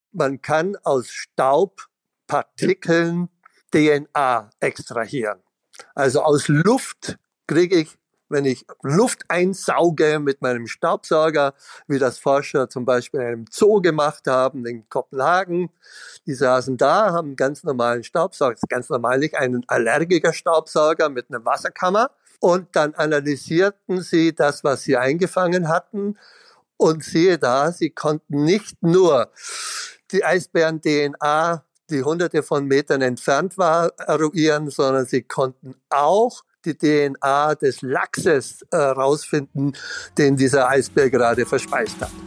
man kann aus Staubpartikeln DNA extrahieren. Also aus Luft kriege ich, wenn ich Luft einsauge mit meinem Staubsauger, wie das Forscher zum Beispiel in einem Zoo gemacht haben in Kopenhagen. Die saßen da, haben einen ganz normalen Staubsauger, ganz normal nicht einen Allergiker-Staubsauger mit einer Wasserkammer. Und dann analysierten sie das, was sie eingefangen hatten. Und siehe da, sie konnten nicht nur die Eisbären-DNA, die hunderte von Metern entfernt war, eruieren, sondern sie konnten auch die DNA des Lachses rausfinden, den dieser Eisbär gerade verspeist hat.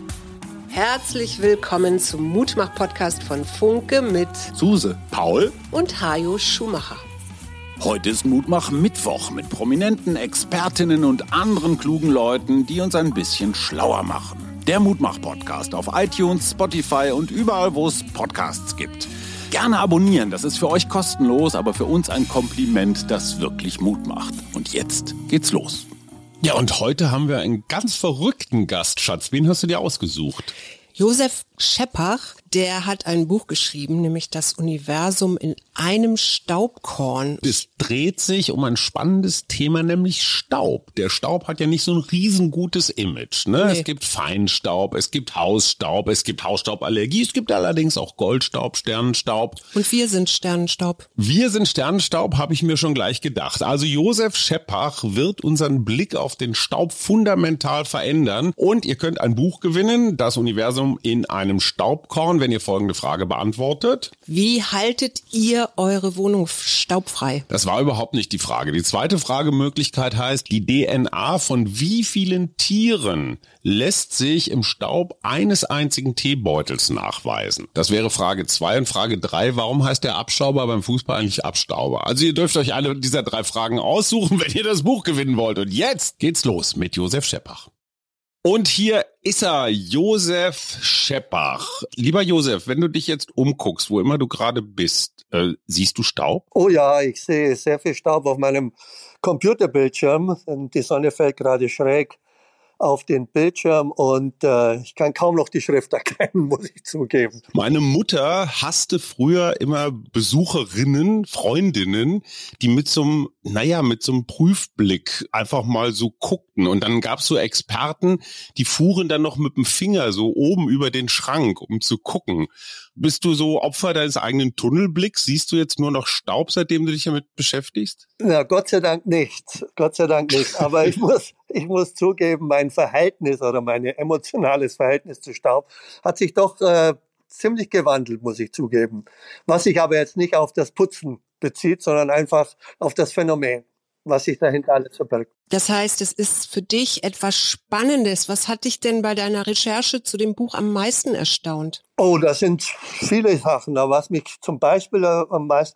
Herzlich willkommen zum Mutmach-Podcast von Funke mit Suse, Paul und Hajo Schumacher. Heute ist Mutmach-Mittwoch mit prominenten Expertinnen und anderen klugen Leuten, die uns ein bisschen schlauer machen. Der Mutmach-Podcast auf iTunes, Spotify und überall, wo es Podcasts gibt. Gerne abonnieren, das ist für euch kostenlos, aber für uns ein Kompliment, das wirklich Mut macht. Und jetzt geht's los. Ja, und heute haben wir einen ganz verrückten Gast, Schatz. Wen hast du dir ausgesucht? Josef Scheppach, der hat ein Buch geschrieben, nämlich Das Universum in einem Staubkorn. Es dreht sich um ein spannendes Thema, nämlich Staub. Der Staub hat ja nicht so ein riesengutes Image, ne? Nee. Es gibt Feinstaub, es gibt Hausstaub, es gibt Hausstauballergie, es gibt allerdings auch Goldstaub, Sternenstaub. Und wir sind Sternenstaub. Wir sind Sternenstaub, habe ich mir schon gleich gedacht. Also Josef Scheppach wird unseren Blick auf den Staub fundamental verändern. Und ihr könnt ein Buch gewinnen, Das Universum in einem Staubkorn, wenn ihr folgende Frage beantwortet. Wie haltet ihr eure Wohnung staubfrei? Das war überhaupt nicht die Frage. Die zweite Fragemöglichkeit heißt, die DNA von wie vielen Tieren lässt sich im Staub eines einzigen Teebeutels nachweisen? Das wäre Frage 2. Und Frage 3, warum heißt der Abstauber beim Fußball eigentlich Abstauber? Also ihr dürft euch eine dieser 3 Fragen aussuchen, wenn ihr das Buch gewinnen wollt. Und jetzt geht's los mit Josef Scheppach. Und hier ist er, Josef Scheppach. Lieber Josef, wenn du dich jetzt umguckst, wo immer du gerade bist, siehst du Staub? Oh ja, ich sehe sehr viel Staub auf meinem Computerbildschirm. Die Sonne fällt gerade schräg auf den Bildschirm und ich kann kaum noch die Schrift erkennen, muss ich zugeben. Meine Mutter hasste früher immer Besucherinnen, Freundinnen, die mit so einem Prüfblick einfach mal so guckten. Und dann gab's so Experten, die fuhren dann noch mit dem Finger so oben über den Schrank, um zu gucken. Bist du so Opfer deines eigenen Tunnelblicks? Siehst du jetzt nur noch Staub, seitdem du dich damit beschäftigst? Na, Gott sei Dank nicht. Gott sei Dank nicht. Aber ich muss zugeben, mein Verhältnis oder mein emotionales Verhältnis zu Staub hat sich doch ziemlich gewandelt, muss ich zugeben. Was sich aber jetzt nicht auf das Putzen bezieht, sondern einfach auf das Phänomen, was sich dahinter alles verbirgt. Das heißt, es ist für dich etwas Spannendes. Was hat dich denn bei deiner Recherche zu dem Buch am meisten erstaunt? Oh, das sind viele Sachen. Was mich zum Beispiel am meisten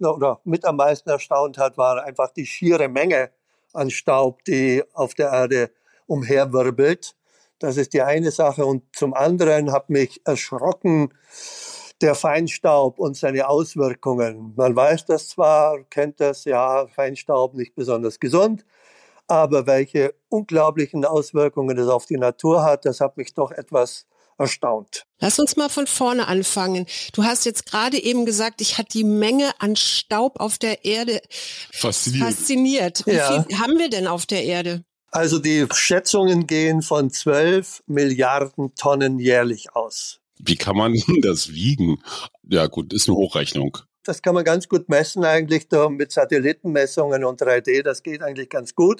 erstaunt hat, war einfach die schiere Menge an Staub, die auf der Erde umherwirbelt. Das ist die eine Sache. Und zum anderen hat mich erschrocken der Feinstaub und seine Auswirkungen. Man weiß das zwar, kennt das, ja, Feinstaub nicht besonders gesund, aber welche unglaublichen Auswirkungen das auf die Natur hat, das hat mich doch etwas erstaunt. Lass uns mal von vorne anfangen. Du hast jetzt gerade eben gesagt, dich hat die Menge an Staub auf der Erde fasziniert. Wie viel haben wir denn auf der Erde? Also die Schätzungen gehen von 12 Milliarden Tonnen jährlich aus. Wie kann man das wiegen? Ja gut, ist eine Hochrechnung. Das kann man ganz gut messen eigentlich mit Satellitenmessungen und 3D. Das geht eigentlich ganz gut.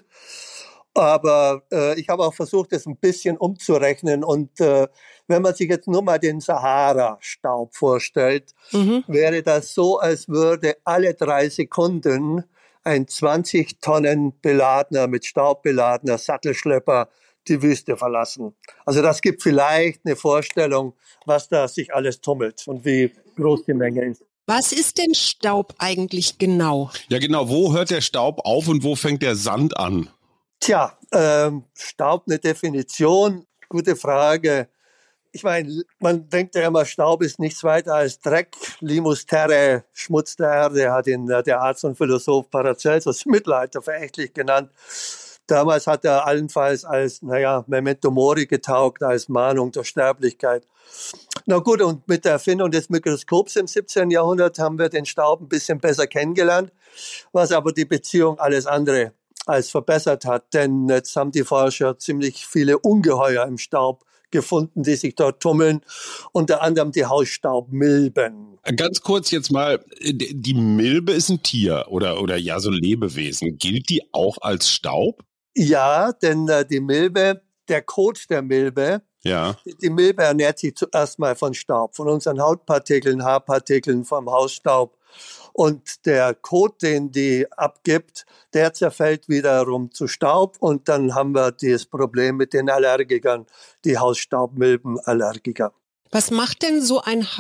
Aber ich habe auch versucht, das ein bisschen umzurechnen. Und wenn man sich jetzt nur mal den Sahara-Staub vorstellt, wäre das so, als würde alle 3 Sekunden ein 20 Tonnen beladener, mit Staub beladener Sattelschlepper die Wüste verlassen. Also das gibt vielleicht eine Vorstellung, was da sich alles tummelt und wie groß die Menge ist. Was ist denn Staub eigentlich genau? Ja genau, wo hört der Staub auf und wo fängt der Sand an? Tja, Staub, eine Definition, gute Frage. Ich meine, man denkt ja immer, Staub ist nichts weiter als Dreck, Limus terrae, Schmutz der Erde, hat ihn der Arzt und Philosoph Paracelsus im Mittelalter verächtlich genannt. Damals hat er allenfalls als, Memento Mori getaugt, als Mahnung der Sterblichkeit. Na gut, und mit der Erfindung des Mikroskops im 17. Jahrhundert haben wir den Staub ein bisschen besser kennengelernt, was aber die Beziehung alles andere als verbessert hat. Denn jetzt haben die Forscher ziemlich viele Ungeheuer im Staub gefunden, die sich dort tummeln, unter anderem die Hausstaubmilben. Ganz kurz jetzt mal, die Milbe ist ein Tier oder ja so ein Lebewesen. Gilt die auch als Staub? Ja, denn die Milbe, der Kot der Milbe, die Milbe ernährt sich zuerst mal von Staub, von unseren Hautpartikeln, Haarpartikeln, vom Hausstaub. Und der Kot, den die abgibt, der zerfällt wiederum zu Staub. Und dann haben wir das Problem mit den Allergikern, die Hausstaubmilbenallergiker. Was macht denn so ein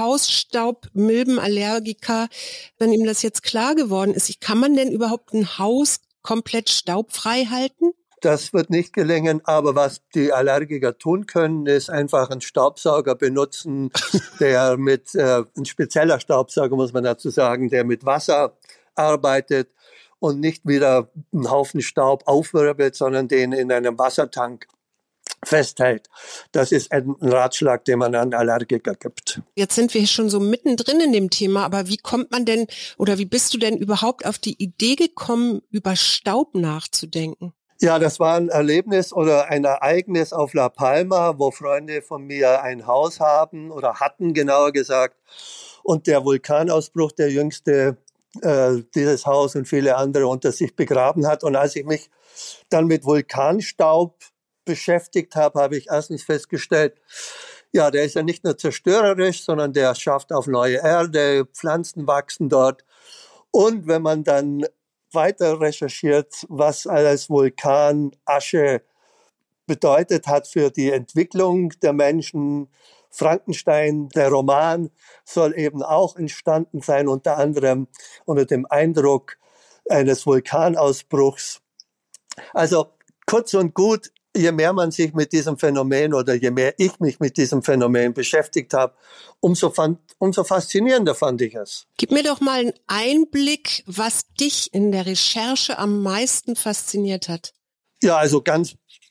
Hausstaubmilbenallergiker, wenn ihm das jetzt klar geworden ist? Kann man denn überhaupt ein Haus komplett staubfrei halten? Das wird nicht gelingen, aber was die Allergiker tun können, ist einfach einen Staubsauger benutzen, der ein spezieller Staubsauger, muss man dazu sagen, der mit Wasser arbeitet und nicht wieder einen Haufen Staub aufwirbelt, sondern den in einem Wassertank festhält. Das ist ein Ratschlag, den man an Allergiker gibt. Jetzt sind wir schon so mittendrin in dem Thema, aber wie kommt man denn oder wie bist du denn überhaupt auf die Idee gekommen, über Staub nachzudenken? Ja, das war ein Erlebnis oder ein Ereignis auf La Palma, wo Freunde von mir ein Haus haben oder hatten, genauer gesagt. Und der Vulkanausbruch, der jüngste, dieses Haus und viele andere unter sich begraben hat. Und als ich mich dann mit Vulkanstaub beschäftigt habe, habe ich erstens festgestellt, ja, der ist ja nicht nur zerstörerisch, sondern der schafft auf neue Erde, Pflanzen wachsen dort. Und wenn man dann weiter recherchiert, was alles Vulkanasche bedeutet hat für die Entwicklung der Menschen. Frankenstein, der Roman, soll eben auch entstanden sein, unter anderem unter dem Eindruck eines Vulkanausbruchs. Also kurz und gut, je mehr man sich mit diesem Phänomen oder je mehr ich mich mit diesem Phänomen beschäftigt habe, umso faszinierender fand ich es. Gib mir doch mal einen Einblick, was dich in der Recherche am meisten fasziniert hat. Ja, also ganz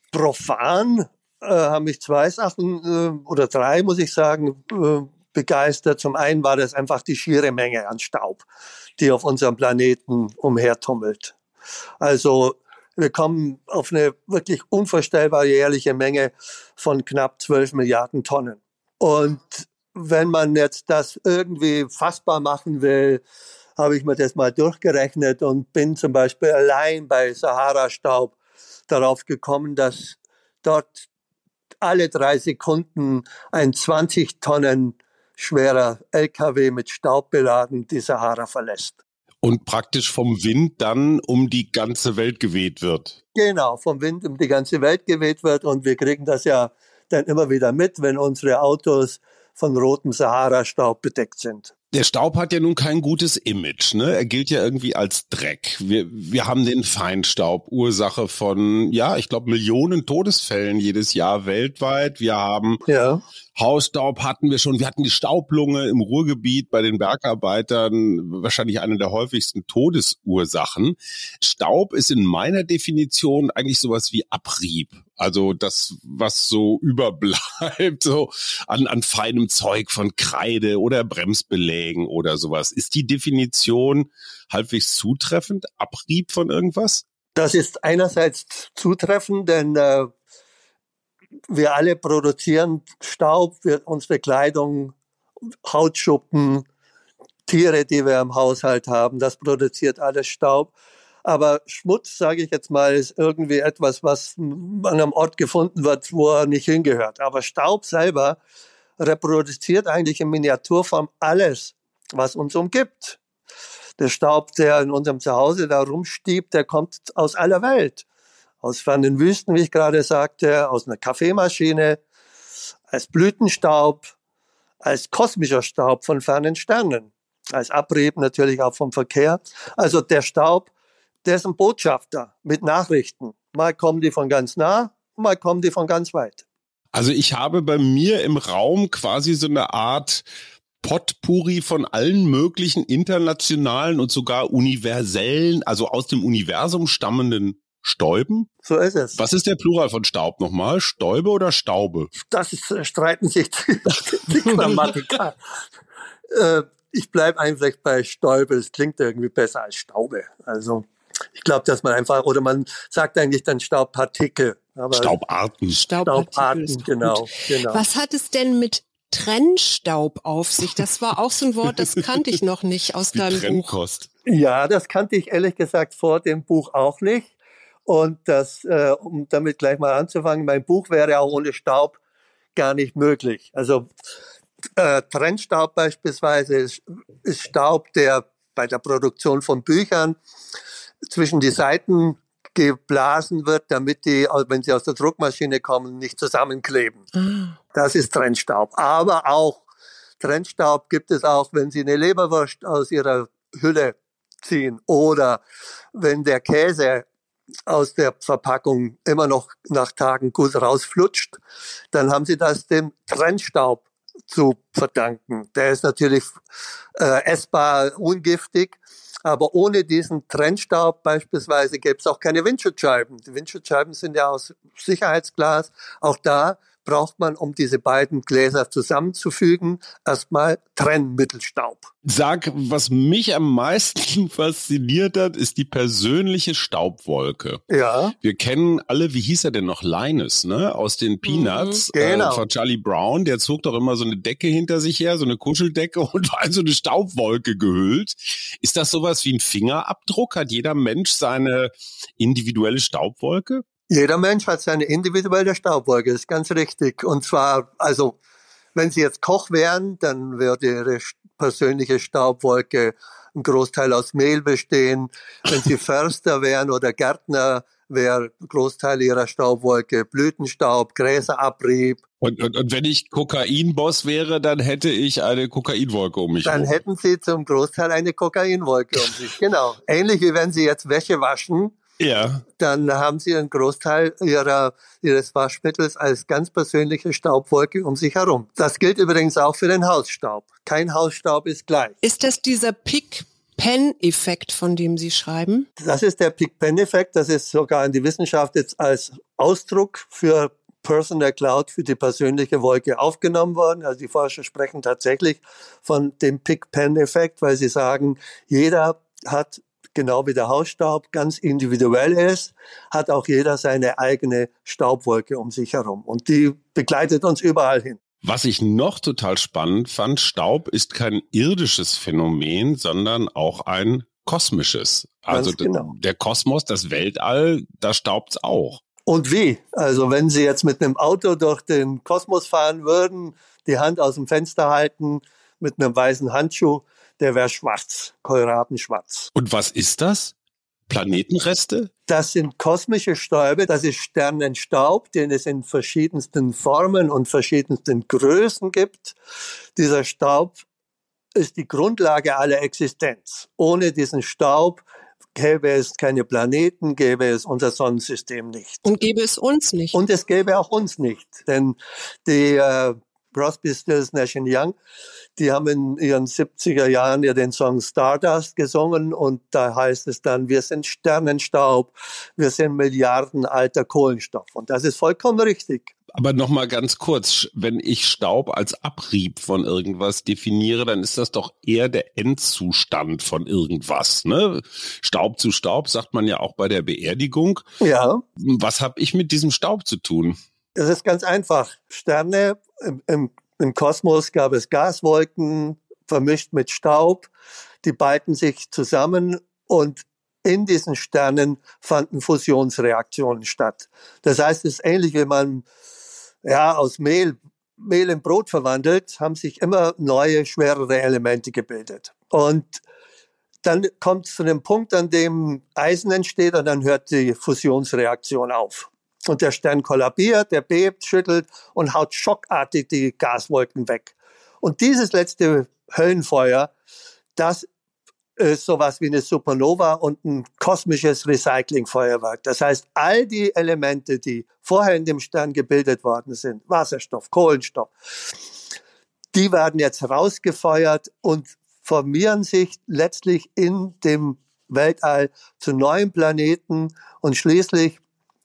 profan haben mich zwei Sachen oder drei, muss ich sagen, begeistert. Zum einen war das einfach die schiere Menge an Staub, die auf unserem Planeten umhertummelt. Also wir kommen auf eine wirklich unvorstellbare jährliche Menge von knapp 12 Milliarden Tonnen. Und wenn man jetzt das irgendwie fassbar machen will, habe ich mir das mal durchgerechnet und bin zum Beispiel allein bei Sahara-Staub darauf gekommen, dass dort alle 3 Sekunden ein 20 Tonnen schwerer LKW mit Staub beladen die Sahara verlässt. Und praktisch vom Wind dann um die ganze Welt geweht wird. Genau, vom Wind um die ganze Welt geweht wird. Und wir kriegen das ja dann immer wieder mit, wenn unsere Autos von rotem Sahara-Staub bedeckt sind. Der Staub hat ja nun kein gutes Image, ne? Er gilt ja irgendwie als Dreck. Wir haben den Feinstaub, Ursache von, ich glaube, Millionen Todesfällen jedes Jahr weltweit. Wir haben Hausstaub hatten wir schon. Wir hatten die Staublunge im Ruhrgebiet bei den Bergarbeitern, wahrscheinlich eine der häufigsten Todesursachen. Staub ist in meiner Definition eigentlich sowas wie Abrieb. Also das, was so überbleibt, so an feinem Zeug von Kreide oder Bremsbelägen oder sowas. Ist die Definition halbwegs zutreffend? Abrieb von irgendwas? Das ist einerseits zutreffend, denn wir alle produzieren Staub, unsere Kleidung, Hautschuppen, Tiere, die wir im Haushalt haben, das produziert alles Staub. Aber Schmutz, sage ich jetzt mal, ist irgendwie etwas, was an einem Ort gefunden wird, wo er nicht hingehört. Aber Staub selber reproduziert eigentlich in Miniaturform alles, was uns umgibt. Der Staub, der in unserem Zuhause da rumstiebt, der kommt aus aller Welt. Aus fernen Wüsten, wie ich gerade sagte, aus einer Kaffeemaschine, als Blütenstaub, als kosmischer Staub von fernen Sternen, als Abrieb natürlich auch vom Verkehr. Also der Staub, der ist ein Botschafter mit Nachrichten. Mal kommen die von ganz nah, mal kommen die von ganz weit. Also ich habe bei mir im Raum quasi so eine Art Potpourri von allen möglichen internationalen und sogar universellen, also aus dem Universum stammenden Stäuben? So ist es. Was ist der Plural von Staub nochmal? Stäube oder Staube? Streiten sich die Grammatiker. Ich bleibe einfach bei Stäube. Es klingt irgendwie besser als Staube. Also ich glaube, dass man einfach, oder man sagt eigentlich dann Staubpartikel. Aber Staubarten. Staubarten, genau. Was hat es denn mit Trennstaub auf sich? Das war auch so ein Wort, das kannte ich noch nicht aus deinem Buch. Trennkost. Ja, das kannte ich ehrlich gesagt vor dem Buch auch nicht. Und das, um damit gleich mal anzufangen, mein Buch wäre auch ohne Staub gar nicht möglich. Also Trennstaub beispielsweise ist Staub, der bei der Produktion von Büchern zwischen die Seiten geblasen wird, damit die, wenn sie aus der Druckmaschine kommen, nicht zusammenkleben. Das ist Trennstaub. Aber auch Trennstaub gibt es auch, wenn Sie eine Leberwurst aus ihrer Hülle ziehen oder wenn der Käse aus der Verpackung immer noch nach Tagen gut rausflutscht, dann haben Sie das dem Trennstaub zu verdanken. Der ist natürlich essbar, ungiftig, aber ohne diesen Trennstaub beispielsweise gäbe es auch keine Windschutzscheiben. Die Windschutzscheiben sind ja aus Sicherheitsglas. Auch da braucht man, um diese beiden Gläser zusammenzufügen, erstmal Trennmittelstaub. Sag, was mich am meisten fasziniert hat, ist die persönliche Staubwolke. Ja. Wir kennen alle, wie hieß er denn noch, Linus, ne? Aus den Peanuts, genau. Von Charlie Brown. Der zog doch immer so eine Decke hinter sich her, so eine Kuscheldecke und war in so eine Staubwolke gehüllt. Ist das sowas wie ein Fingerabdruck? Hat jeder Mensch seine individuelle Staubwolke? Jeder Mensch hat seine individuelle Staubwolke, das ist ganz richtig. Und zwar, also, wenn Sie jetzt Koch wären, dann würde Ihre persönliche Staubwolke einen Großteil aus Mehl bestehen. Wenn Sie Förster wären oder Gärtner, wäre ein Großteil Ihrer Staubwolke Blütenstaub, Gräserabrieb. Und wenn ich Kokainboss wäre, dann hätte ich eine Kokainwolke um mich herum. Dann hätten Sie zum Großteil eine Kokainwolke um sich, genau. Ähnlich wie wenn Sie jetzt Wäsche waschen. Ja. Dann haben Sie einen Großteil Ihres Waschmittels als ganz persönliche Staubwolke um sich herum. Das gilt übrigens auch für den Hausstaub. Kein Hausstaub ist gleich. Ist das dieser Pig-Pen-Effekt, von dem Sie schreiben? Das ist der Pig-Pen-Effekt. Das ist sogar in die Wissenschaft jetzt als Ausdruck für Personal Cloud, für die persönliche Wolke aufgenommen worden. Also die Forscher sprechen tatsächlich von dem Pig-Pen-Effekt, weil sie sagen, jeder hat, genau wie der Hausstaub ganz individuell ist, hat auch jeder seine eigene Staubwolke um sich herum. Und die begleitet uns überall hin. Was ich noch total spannend fand, Staub ist kein irdisches Phänomen, sondern auch ein kosmisches. Also genau. Der Kosmos, das Weltall, da staubt's auch. Und wie? Also wenn Sie jetzt mit einem Auto durch den Kosmos fahren würden, die Hand aus dem Fenster halten, mit einem weißen Handschuh, der wäre schwarz, kohlrabenschwarz. Und was ist das? Planetenreste? Das sind kosmische Stäube, das ist Sternenstaub, den es in verschiedensten Formen und verschiedensten Größen gibt. Dieser Staub ist die Grundlage aller Existenz. Ohne diesen Staub gäbe es keine Planeten, gäbe es unser Sonnensystem nicht. Und gäbe es uns nicht. Und es gäbe auch uns nicht, denn die Crosby, Stills, Nash & Young, die haben in ihren 70er Jahren ja den Song Stardust gesungen und da heißt es dann, wir sind Sternenstaub, wir sind milliardenalter Kohlenstoff. Und das ist vollkommen richtig. Aber nochmal ganz kurz, wenn ich Staub als Abrieb von irgendwas definiere, dann ist das doch eher der Endzustand von irgendwas, ne? Staub zu Staub sagt man ja auch bei der Beerdigung. Ja. Was habe ich mit diesem Staub zu tun? Es ist ganz einfach. Sterne, im Kosmos gab es Gaswolken vermischt mit Staub. Die ballten sich zusammen und in diesen Sternen fanden Fusionsreaktionen statt. Das heißt, es ist ähnlich, wie man aus Mehl in Brot verwandelt, haben sich immer neue, schwerere Elemente gebildet. Und dann kommt es zu einem Punkt, an dem Eisen entsteht und dann hört die Fusionsreaktion auf. Und der Stern kollabiert, der bebt, schüttelt und haut schockartig die Gaswolken weg. Und dieses letzte Höllenfeuer, das ist sowas wie eine Supernova und ein kosmisches Recyclingfeuerwerk. Das heißt, all die Elemente, die vorher in dem Stern gebildet worden sind, Wasserstoff, Kohlenstoff, die werden jetzt rausgefeuert und formieren sich letztlich in dem Weltall zu neuen Planeten und schließlich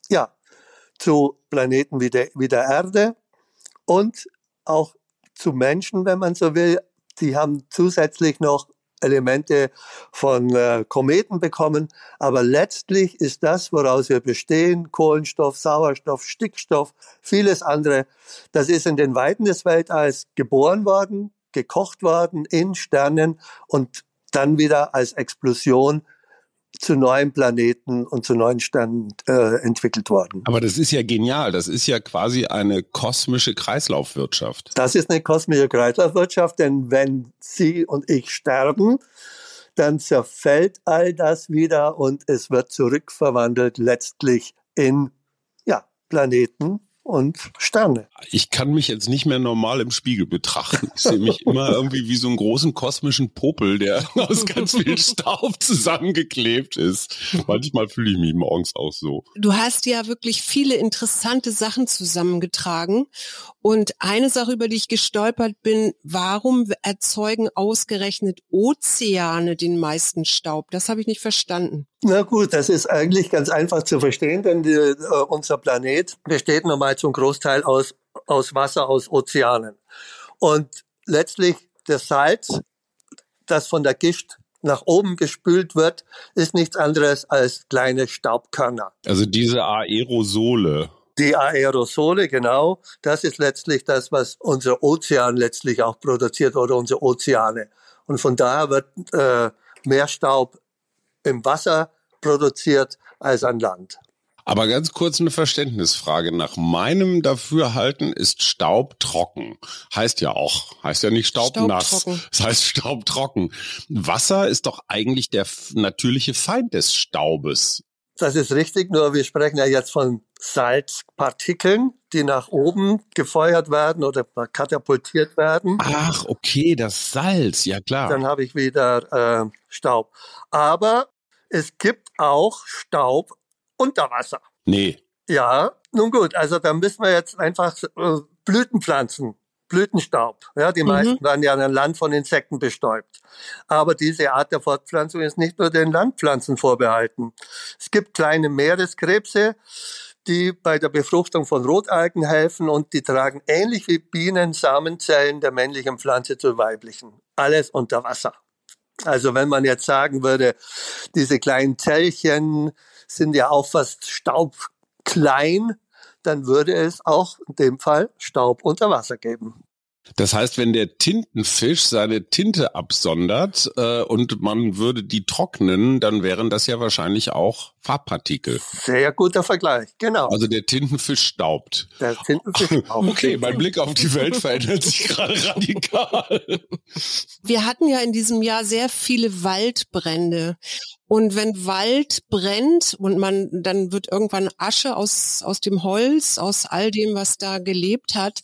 zu Planeten wie der Erde und auch zu Menschen, wenn man so will. Die haben zusätzlich noch Elemente von Kometen bekommen, aber letztlich ist das, woraus wir bestehen, Kohlenstoff, Sauerstoff, Stickstoff, vieles andere, das ist in den Weiten des Weltalls geboren worden, gekocht worden in Sternen und dann wieder als Explosion zu neuen Planeten und zu neuen Sternen entwickelt worden. Aber das ist ja genial. Das ist ja quasi eine kosmische Kreislaufwirtschaft. Das ist eine kosmische Kreislaufwirtschaft, denn wenn Sie und ich sterben, dann zerfällt all das wieder und es wird zurückverwandelt letztlich in Planeten und Sterne. Ich kann mich jetzt nicht mehr normal im Spiegel betrachten. Ich sehe mich immer irgendwie wie so einen großen kosmischen Popel, der aus ganz viel Staub zusammengeklebt ist. Manchmal fühle ich mich morgens auch so. Du hast ja wirklich viele interessante Sachen zusammengetragen. Und eine Sache, über die ich gestolpert bin, warum erzeugen ausgerechnet Ozeane den meisten Staub? Das habe ich nicht verstanden. Na gut, das ist eigentlich ganz einfach zu verstehen, denn unser Planet besteht normal zum Großteil aus Wasser, aus Ozeanen. Und letztlich das Salz, das von der Gischt nach oben gespült wird, ist nichts anderes als kleine Staubkörner. Also diese Aerosole. Die Aerosole, genau, das ist letztlich das, was unser Ozean letztlich auch produziert oder unsere Ozeane. Und von daher wird mehr Staub im Wasser produziert als an Land. Aber ganz kurz eine Verständnisfrage. Nach meinem Dafürhalten ist Staub trocken. Heißt ja nicht staubnass. Das heißt staubtrocken. Wasser ist doch eigentlich der natürliche Feind des Staubes. Das ist richtig, nur wir sprechen ja jetzt von Salzpartikeln, die nach oben gefeuert werden oder katapultiert werden. Ach, okay, das Salz, ja klar. Dann habe ich wieder Staub. Aber es gibt auch Staub unter Wasser. Nee. Ja, nun gut, also da müssen wir jetzt einfach Blütenpflanzen, Blütenstaub. Ja, die meisten werden ja an Land von Insekten bestäubt. Aber diese Art der Fortpflanzung ist nicht nur den Landpflanzen vorbehalten. Es gibt kleine Meereskrebse, die bei der Befruchtung von Rotalgen helfen und die tragen ähnlich wie Bienen Samenzellen der männlichen Pflanze zur weiblichen. Alles unter Wasser. Also wenn man jetzt sagen würde, diese kleinen Zellchen sind ja auch fast staubklein, dann würde es auch in dem Fall Staub unter Wasser geben. Das heißt, wenn der Tintenfisch seine Tinte absondert und man würde die trocknen, dann wären das ja wahrscheinlich auch Farbpartikel. Sehr guter Vergleich, genau. Also der Tintenfisch staubt. Der Tintenfisch staubt. Okay, mein Blick auf die Welt verändert sich gerade radikal. Wir hatten ja in diesem Jahr sehr viele Waldbrände. Und wenn Wald brennt und dann wird irgendwann Asche aus dem Holz, aus all dem, was da gelebt hat.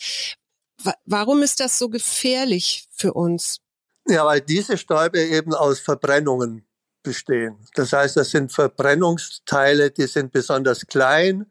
Warum ist das so gefährlich für uns? Ja, weil diese Stäube eben aus Verbrennungen bestehen. Das heißt, das sind Verbrennungsteile, die sind besonders klein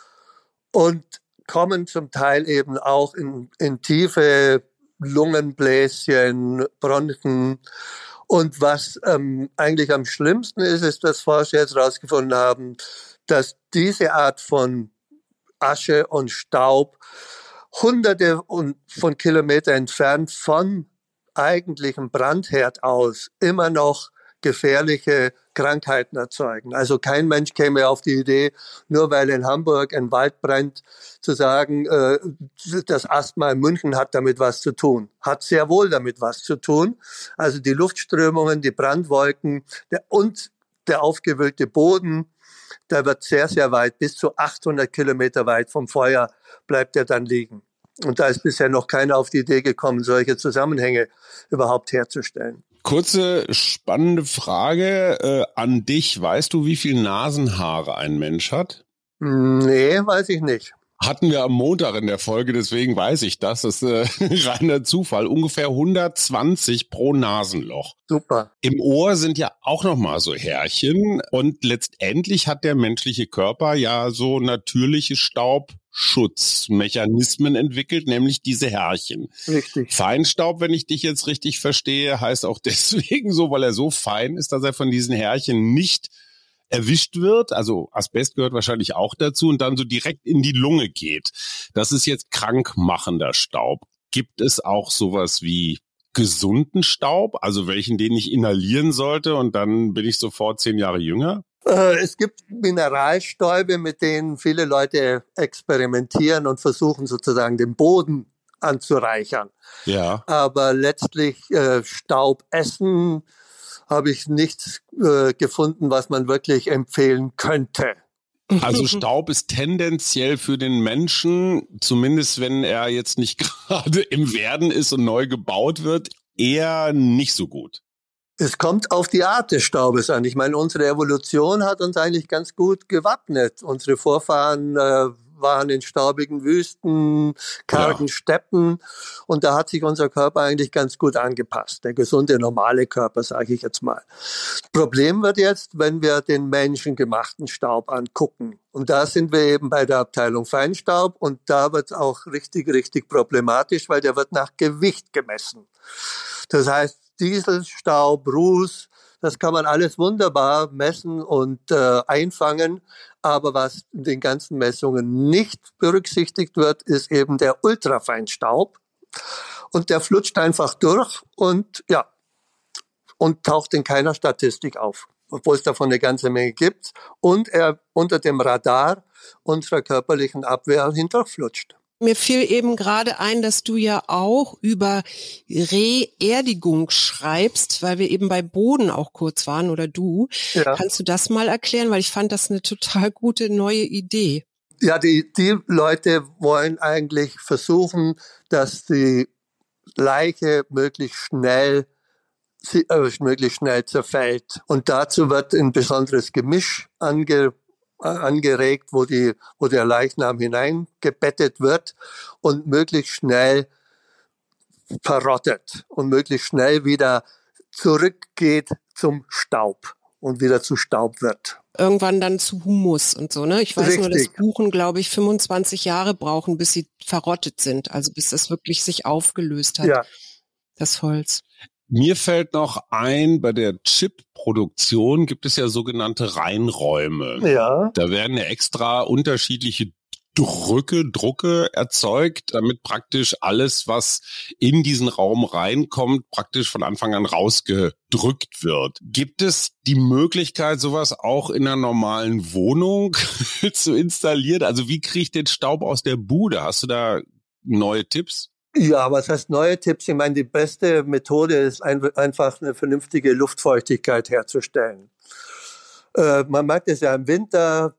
und kommen zum Teil eben auch in tiefe Lungenbläschen, Bronchien. Und was eigentlich am schlimmsten ist, dass Forscher jetzt herausgefunden haben, dass diese Art von Asche und Staub Hunderte von Kilometern entfernt vom eigentlichen Brandherd aus immer noch gefährliche Krankheiten erzeugen. Also kein Mensch käme auf die Idee, nur weil in Hamburg ein Wald brennt, zu sagen, das Asthma in München hat damit was zu tun. Hat sehr wohl damit was zu tun. Also die Luftströmungen, die Brandwolken und der aufgewühlte Boden, der wird sehr, sehr weit, bis zu 800 Kilometer weit vom Feuer bleibt er dann liegen. Und da ist bisher noch keiner auf die Idee gekommen, solche Zusammenhänge überhaupt herzustellen. Kurze, spannende Frage an dich. Weißt du, wie viel Nasenhaare ein Mensch hat? Nee, weiß ich nicht. Hatten wir am Montag in der Folge, deswegen weiß ich das. Das ist reiner Zufall. Ungefähr 120 pro Nasenloch. Super. Im Ohr sind ja auch nochmal so Härchen. Und letztendlich hat der menschliche Körper ja so natürliche Staubschichten Schutzmechanismen entwickelt, nämlich diese Härchen. Richtig. Feinstaub, wenn ich dich jetzt richtig verstehe, heißt auch deswegen so, weil er so fein ist, dass er von diesen Härchen nicht erwischt wird. Also Asbest gehört wahrscheinlich auch dazu und dann so direkt in die Lunge geht. Das ist jetzt krankmachender Staub. Gibt es auch sowas wie gesunden Staub, also welchen, den ich inhalieren sollte und dann bin ich sofort 10 Jahre jünger? Es gibt Mineralstäube, mit denen viele Leute experimentieren und versuchen sozusagen den Boden anzureichern. Ja. Aber letztlich Staub essen habe ich nichts gefunden, was man wirklich empfehlen könnte. Also Staub ist tendenziell für den Menschen, zumindest wenn er jetzt nicht gerade im Werden ist und neu gebaut wird, eher nicht so gut. Es kommt auf die Art des Staubes an. Ich meine, unsere Evolution hat uns eigentlich ganz gut gewappnet. Unsere Vorfahren waren in staubigen Wüsten, kargen Steppen und da hat sich unser Körper eigentlich ganz gut angepasst. Der gesunde, normale Körper, sage ich jetzt mal. Das Problem wird jetzt, wenn wir den menschengemachten Staub angucken. Und da sind wir eben bei der Abteilung Feinstaub und da wird es auch richtig, richtig problematisch, weil der wird nach Gewicht gemessen. Das heißt, Dieselstaub, Ruß, das kann man alles wunderbar messen und einfangen. Aber was in den ganzen Messungen nicht berücksichtigt wird, ist eben der Ultrafeinstaub. Und der flutscht einfach durch und taucht in keiner Statistik auf, obwohl es davon eine ganze Menge gibt. Und er unter dem Radar unserer körperlichen Abwehr hindurchflutscht. Mir fiel eben gerade ein, dass du ja auch über Reerdigung schreibst, weil wir eben bei Boden auch kurz waren oder du. Ja. Kannst du das mal erklären? Weil ich fand das eine total gute neue Idee. Ja, die Leute wollen eigentlich versuchen, dass die Leiche möglichst schnell zerfällt. Und dazu wird ein besonderes Gemisch angeregt, wo der Leichnam hineingebettet wird und möglichst schnell verrottet und möglichst schnell wieder zurückgeht zum Staub und wieder zu Staub wird. Irgendwann dann zu Humus und so, ne? Ich weiß nur, dass Buchen, glaube ich, 25 Jahre brauchen, bis sie verrottet sind, also bis das wirklich sich aufgelöst hat, das Holz. Mir fällt noch ein, bei der Chip-Produktion gibt es ja sogenannte Reinräume. Ja. Da werden ja extra unterschiedliche Drucke erzeugt, damit praktisch alles, was in diesen Raum reinkommt, praktisch von Anfang an rausgedrückt wird. Gibt es die Möglichkeit, sowas auch in einer normalen Wohnung zu installieren? Also wie kriege ich den Staub aus der Bude? Hast du da neue Tipps? Ja, was heißt neue Tipps? Ich meine, die beste Methode ist einfach eine vernünftige Luftfeuchtigkeit herzustellen. Man merkt es ja im Winter,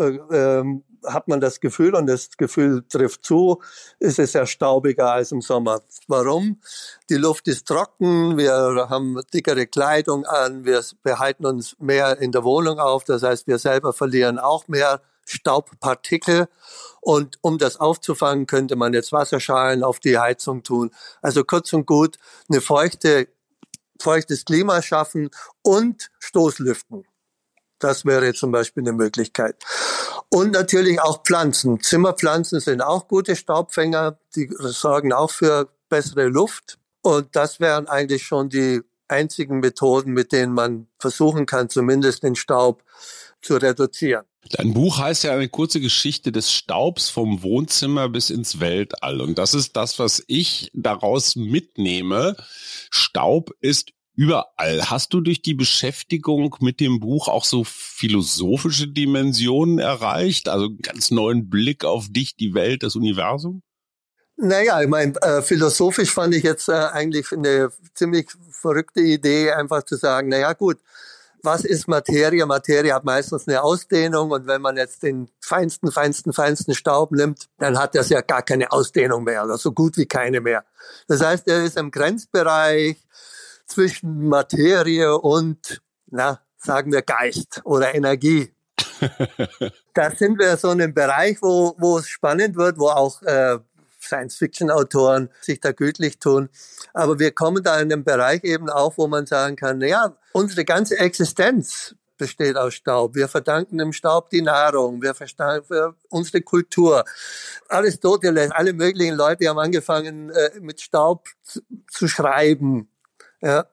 hat man das Gefühl, und das Gefühl trifft zu, ist es ja staubiger als im Sommer. Warum? Die Luft ist trocken, wir haben dickere Kleidung an, wir halten uns mehr in der Wohnung auf, das heißt, wir selber verlieren auch mehr Staubpartikel. Und um das aufzufangen, könnte man jetzt Wasserschalen auf die Heizung tun. Also kurz und gut, eine feuchtes Klima schaffen und Stoßlüften. Das wäre zum Beispiel eine Möglichkeit. Und natürlich auch Pflanzen. Zimmerpflanzen sind auch gute Staubfänger. Die sorgen auch für bessere Luft. Und das wären eigentlich schon die einzigen Methoden, mit denen man versuchen kann, zumindest den Staub zu reduzieren. Dein Buch heißt ja eine kurze Geschichte des Staubs vom Wohnzimmer bis ins Weltall. Und das ist das, was ich daraus mitnehme. Staub ist überall. Hast du durch die Beschäftigung mit dem Buch auch so philosophische Dimensionen erreicht? Also einen ganz neuen Blick auf dich, die Welt, das Universum? Naja, ich meine, philosophisch fand ich jetzt eigentlich eine ziemlich verrückte Idee, einfach zu sagen, naja gut, was ist Materie? Materie hat meistens eine Ausdehnung und wenn man jetzt den feinsten Staub nimmt, dann hat das ja gar keine Ausdehnung mehr oder so gut wie keine mehr. Das heißt, er ist im Grenzbereich zwischen Materie und, sagen wir Geist oder Energie. Da sind wir so in einem Bereich, wo es spannend wird, wo auch Science-Fiction-Autoren sich da gütlich tun. Aber wir kommen da in einem Bereich eben auch, wo man sagen kann, naja, unsere ganze Existenz besteht aus Staub. Wir verdanken dem Staub die Nahrung, wir verdanken unsere Kultur. Aristoteles, alle möglichen Leute haben angefangen, mit Staub zu schreiben. Ja.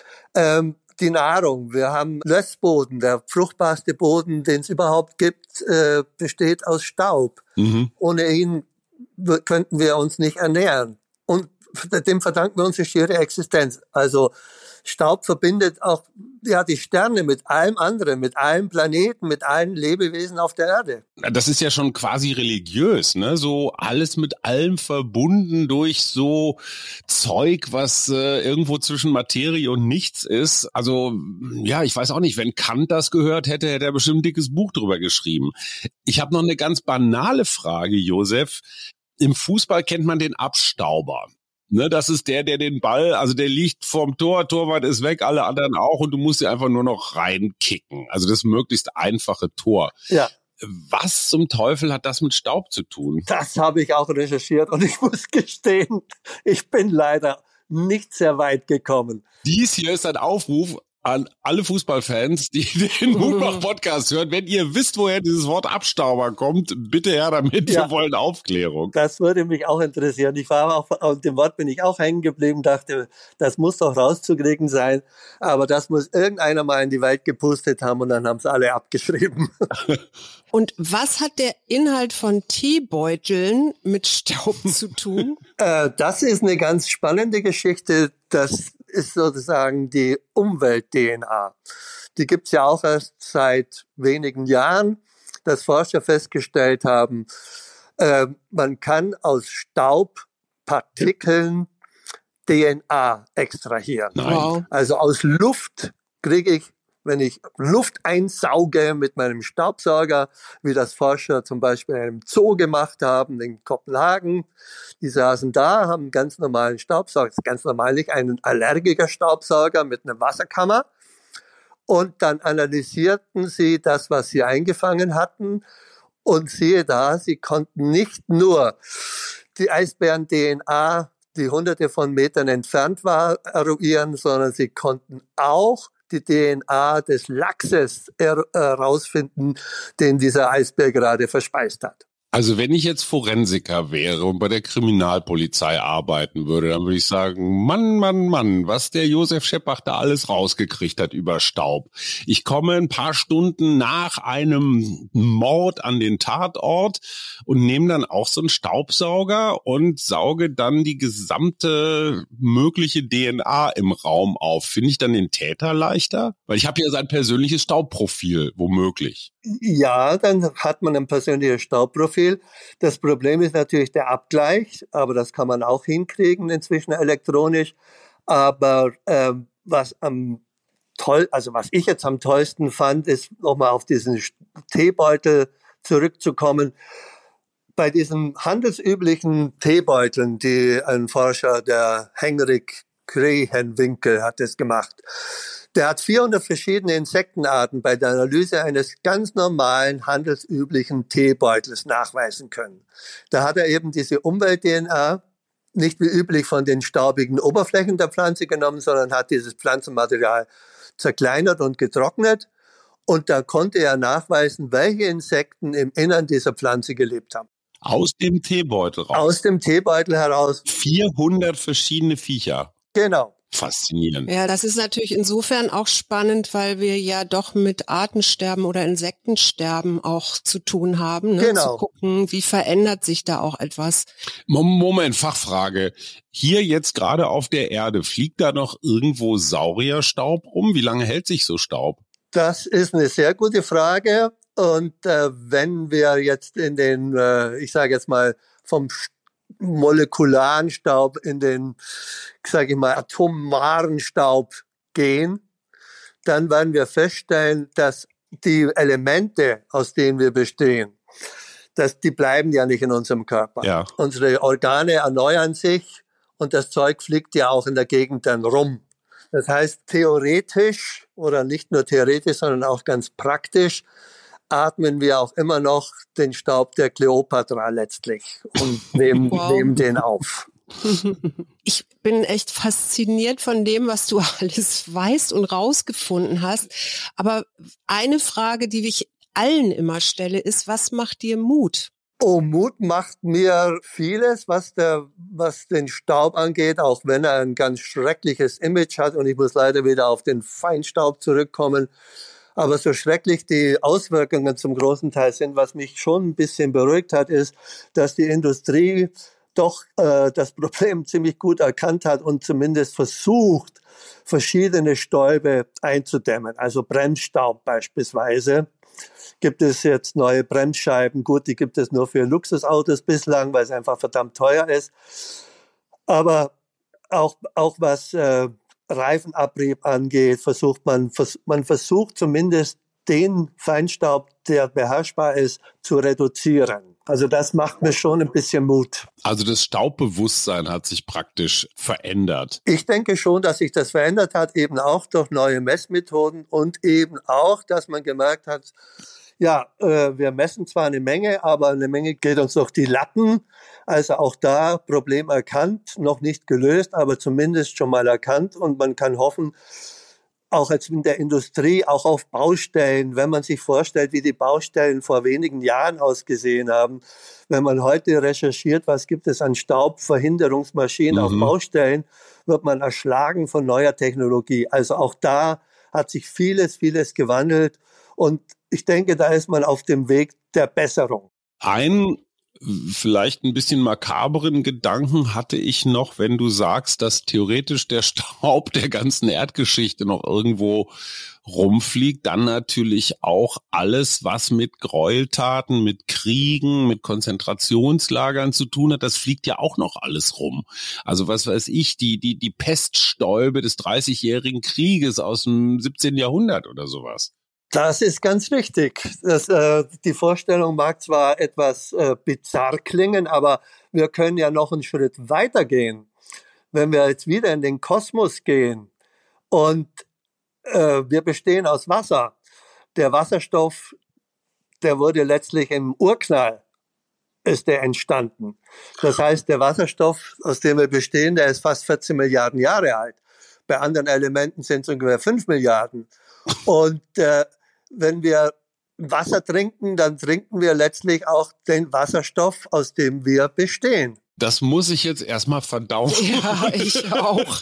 Die Nahrung, wir haben Lössboden, der fruchtbarste Boden, den es überhaupt gibt, besteht aus Staub. Ohne ihn könnten wir uns nicht ernähren. Und dem verdanken wir unsere schiere Existenz. Also Staub verbindet auch die Sterne mit allem anderen, mit allen Planeten, mit allen Lebewesen auf der Erde. Das ist ja schon quasi religiös, ne? So alles mit allem verbunden durch so Zeug, was irgendwo zwischen Materie und nichts ist. Also ja, ich weiß auch nicht, wenn Kant das gehört hätte, hätte er bestimmt ein dickes Buch drüber geschrieben. Ich habe noch eine ganz banale Frage, Josef. Im Fußball kennt man den Abstauber. Ne, das ist der den Ball, also der liegt vorm Tor, Torwart ist weg, alle anderen auch und du musst ihn einfach nur noch reinkicken. Also das möglichst einfache Tor. Ja. Was zum Teufel hat das mit Staub zu tun? Das habe ich auch recherchiert und ich muss gestehen, ich bin leider nicht sehr weit gekommen. Dies hier ist ein Aufruf an alle Fußballfans, die den Mutmach-Podcast hören. Wenn ihr wisst, woher dieses Wort Abstauber kommt, bitte her damit, wir wollen Aufklärung. Das würde mich auch interessieren. Ich war auch, auf dem Wort bin ich auch hängen geblieben, dachte, das muss doch rauszukriegen sein, aber das muss irgendeiner mal in die Welt gepustet haben und dann haben es alle abgeschrieben. Und was hat der Inhalt von Teebeuteln mit Staub zu tun? Das ist eine ganz spannende Geschichte. Das ist sozusagen die Umwelt-DNA. Die gibt's ja auch erst seit wenigen Jahren, dass Forscher festgestellt haben, man kann aus Staubpartikeln DNA extrahieren. Wow. Also aus Luft kriege ich, wenn ich Luft einsauge mit meinem Staubsauger, wie das Forscher zum Beispiel in einem Zoo gemacht haben in Kopenhagen. Die saßen da, haben einen ganz normalen Staubsauger, ganz normal nicht einen Allergiker-Staubsauger mit einer Wasserkammer. Und dann analysierten sie das, was sie eingefangen hatten. Und siehe da, sie konnten nicht nur die Eisbären-DNA, die hunderte von Metern entfernt war, eruieren, sondern sie konnten auch die DNA des Lachses herausfinden, den dieser Eisbär gerade verspeist hat. Also wenn ich jetzt Forensiker wäre und bei der Kriminalpolizei arbeiten würde, dann würde ich sagen, Mann, was der Josef Scheppach da alles rausgekriegt hat über Staub. Ich komme ein paar Stunden nach einem Mord an den Tatort und nehme dann auch so einen Staubsauger und sauge dann die gesamte mögliche DNA im Raum auf. Finde ich dann den Täter leichter? Weil ich habe ja sein persönliches Staubprofil, womöglich. Ja, dann hat man ein persönliches Staubprofil. Das Problem ist natürlich der Abgleich, aber das kann man auch hinkriegen inzwischen elektronisch. Aber was ich jetzt am tollsten fand, ist nochmal auf diesen Teebeutel zurückzukommen. Bei diesen handelsüblichen Teebeuteln, die ein Forscher, der Henrik Krehenwinkel, hat es gemacht. Der hat 400 verschiedene Insektenarten bei der Analyse eines ganz normalen, handelsüblichen Teebeutels nachweisen können. Da hat er eben diese Umwelt-DNA nicht wie üblich von den staubigen Oberflächen der Pflanze genommen, sondern hat dieses Pflanzenmaterial zerkleinert und getrocknet. Und da konnte er nachweisen, welche Insekten im Innern dieser Pflanze gelebt haben. Aus dem Teebeutel raus? Aus dem Teebeutel heraus. 400 verschiedene Viecher. Genau. Faszinierend. Ja, das ist natürlich insofern auch spannend, weil wir ja doch mit Artensterben oder Insektensterben auch zu tun haben. Ne? Genau. Zu gucken, wie verändert sich da auch etwas. Moment, Fachfrage. Hier jetzt gerade auf der Erde, fliegt da noch irgendwo Saurierstaub rum? Wie lange hält sich so Staub? Das ist eine sehr gute Frage. Und wenn wir jetzt in den, ich sage jetzt mal, vom molekularen Staub in den, sage ich mal, atomaren Staub gehen, dann werden wir feststellen, dass die Elemente, aus denen wir bestehen, die bleiben ja nicht in unserem Körper. Ja. Unsere Organe erneuern sich und das Zeug fliegt ja auch in der Gegend dann rum. Das heißt, theoretisch oder nicht nur theoretisch, sondern auch ganz praktisch atmen wir auch immer noch den Staub der Kleopatra letztlich und nehmen den auf. Ich bin echt fasziniert von dem, was du alles weißt und rausgefunden hast. Aber eine Frage, die ich allen immer stelle, ist, was macht dir Mut? Oh, Mut macht mir vieles, was den Staub angeht, auch wenn er ein ganz schreckliches Image hat. Und ich muss leider wieder auf den Feinstaub zurückkommen. Aber so schrecklich die Auswirkungen zum großen Teil sind, was mich schon ein bisschen beruhigt hat, ist, dass die Industrie doch das Problem ziemlich gut erkannt hat und zumindest versucht, verschiedene Stäube einzudämmen. Also Bremsstaub beispielsweise. Gibt es jetzt neue Bremsscheiben? Gut, die gibt es nur für Luxusautos bislang, weil es einfach verdammt teuer ist. Aber auch was Reifenabrieb angeht, man versucht zumindest den Feinstaub, der beherrschbar ist, zu reduzieren. Also das macht mir schon ein bisschen Mut. Also das Staubbewusstsein hat sich praktisch verändert. Ich denke schon, dass sich das verändert hat, eben auch durch neue Messmethoden und eben auch, dass man gemerkt hat, ja, wir messen zwar eine Menge, aber eine Menge geht uns durch die Lappen. Also auch da Problem erkannt, noch nicht gelöst, aber zumindest schon mal erkannt. Und man kann hoffen, auch jetzt in der Industrie, auch auf Baustellen, wenn man sich vorstellt, wie die Baustellen vor wenigen Jahren ausgesehen haben, wenn man heute recherchiert, was gibt es an Staubverhinderungsmaschinen auf Baustellen, wird man erschlagen von neuer Technologie. Also auch da hat sich vieles gewandelt und ich denke, da ist man auf dem Weg der Besserung. Ein vielleicht ein bisschen makaberen Gedanken hatte ich noch, wenn du sagst, dass theoretisch der Staub der ganzen Erdgeschichte noch irgendwo rumfliegt, dann natürlich auch alles, was mit Gräueltaten, mit Kriegen, mit Konzentrationslagern zu tun hat, das fliegt ja auch noch alles rum. Also was weiß ich, die Peststäube des 30-jährigen Krieges aus dem 17. Jahrhundert oder sowas. Das ist ganz richtig. Die Vorstellung mag zwar etwas bizarr klingen, aber wir können ja noch einen Schritt weiter gehen. Wenn wir jetzt wieder in den Kosmos gehen und wir bestehen aus Wasser. Der Wasserstoff, der wurde letztlich im Urknall ist der entstanden. Das heißt, der Wasserstoff, aus dem wir bestehen, der ist fast 14 Milliarden Jahre alt. Bei anderen Elementen sind es ungefähr 5 Milliarden. Und wenn wir Wasser trinken, dann trinken wir letztlich auch den Wasserstoff, aus dem wir bestehen. Das muss ich jetzt erstmal verdauen. Ja, ich auch.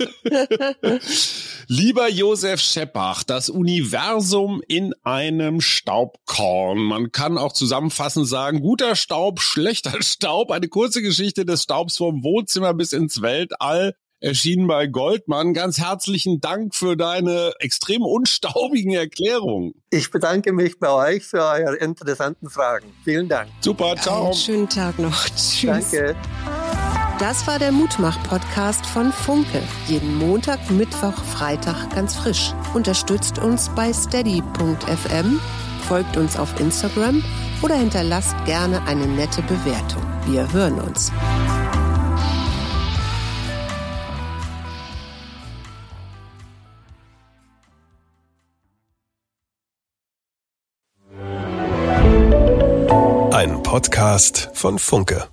Lieber Josef Scheppach, das Universum in einem Staubkorn. Man kann auch zusammenfassend sagen, guter Staub, schlechter Staub. Eine kurze Geschichte des Staubs vom Wohnzimmer bis ins Weltall. Erschienen bei Goldmann. Ganz herzlichen Dank für deine extrem unstaubigen Erklärungen. Ich bedanke mich bei euch für eure interessanten Fragen. Vielen Dank. Super, ciao. Einen schönen Tag noch. Tschüss. Danke. Das war der Mutmach-Podcast von Funke. Jeden Montag, Mittwoch, Freitag ganz frisch. Unterstützt uns bei steady.fm, folgt uns auf Instagram oder hinterlasst gerne eine nette Bewertung. Wir hören uns. Ein Podcast von Funke.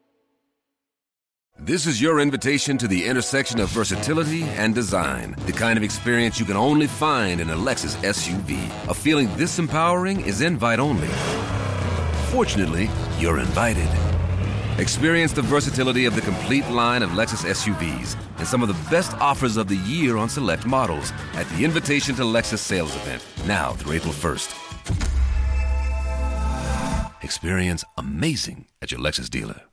This is your invitation to the intersection of versatility and design. The kind of experience you can only find in a Lexus SUV. A feeling this empowering is invite only. Fortunately, you're invited. Experience the versatility of the complete line of Lexus SUVs and some of the best offers of the year on select models at the Invitation to Lexus sales event, now through April 1st. Experience amazing at your Lexus dealer.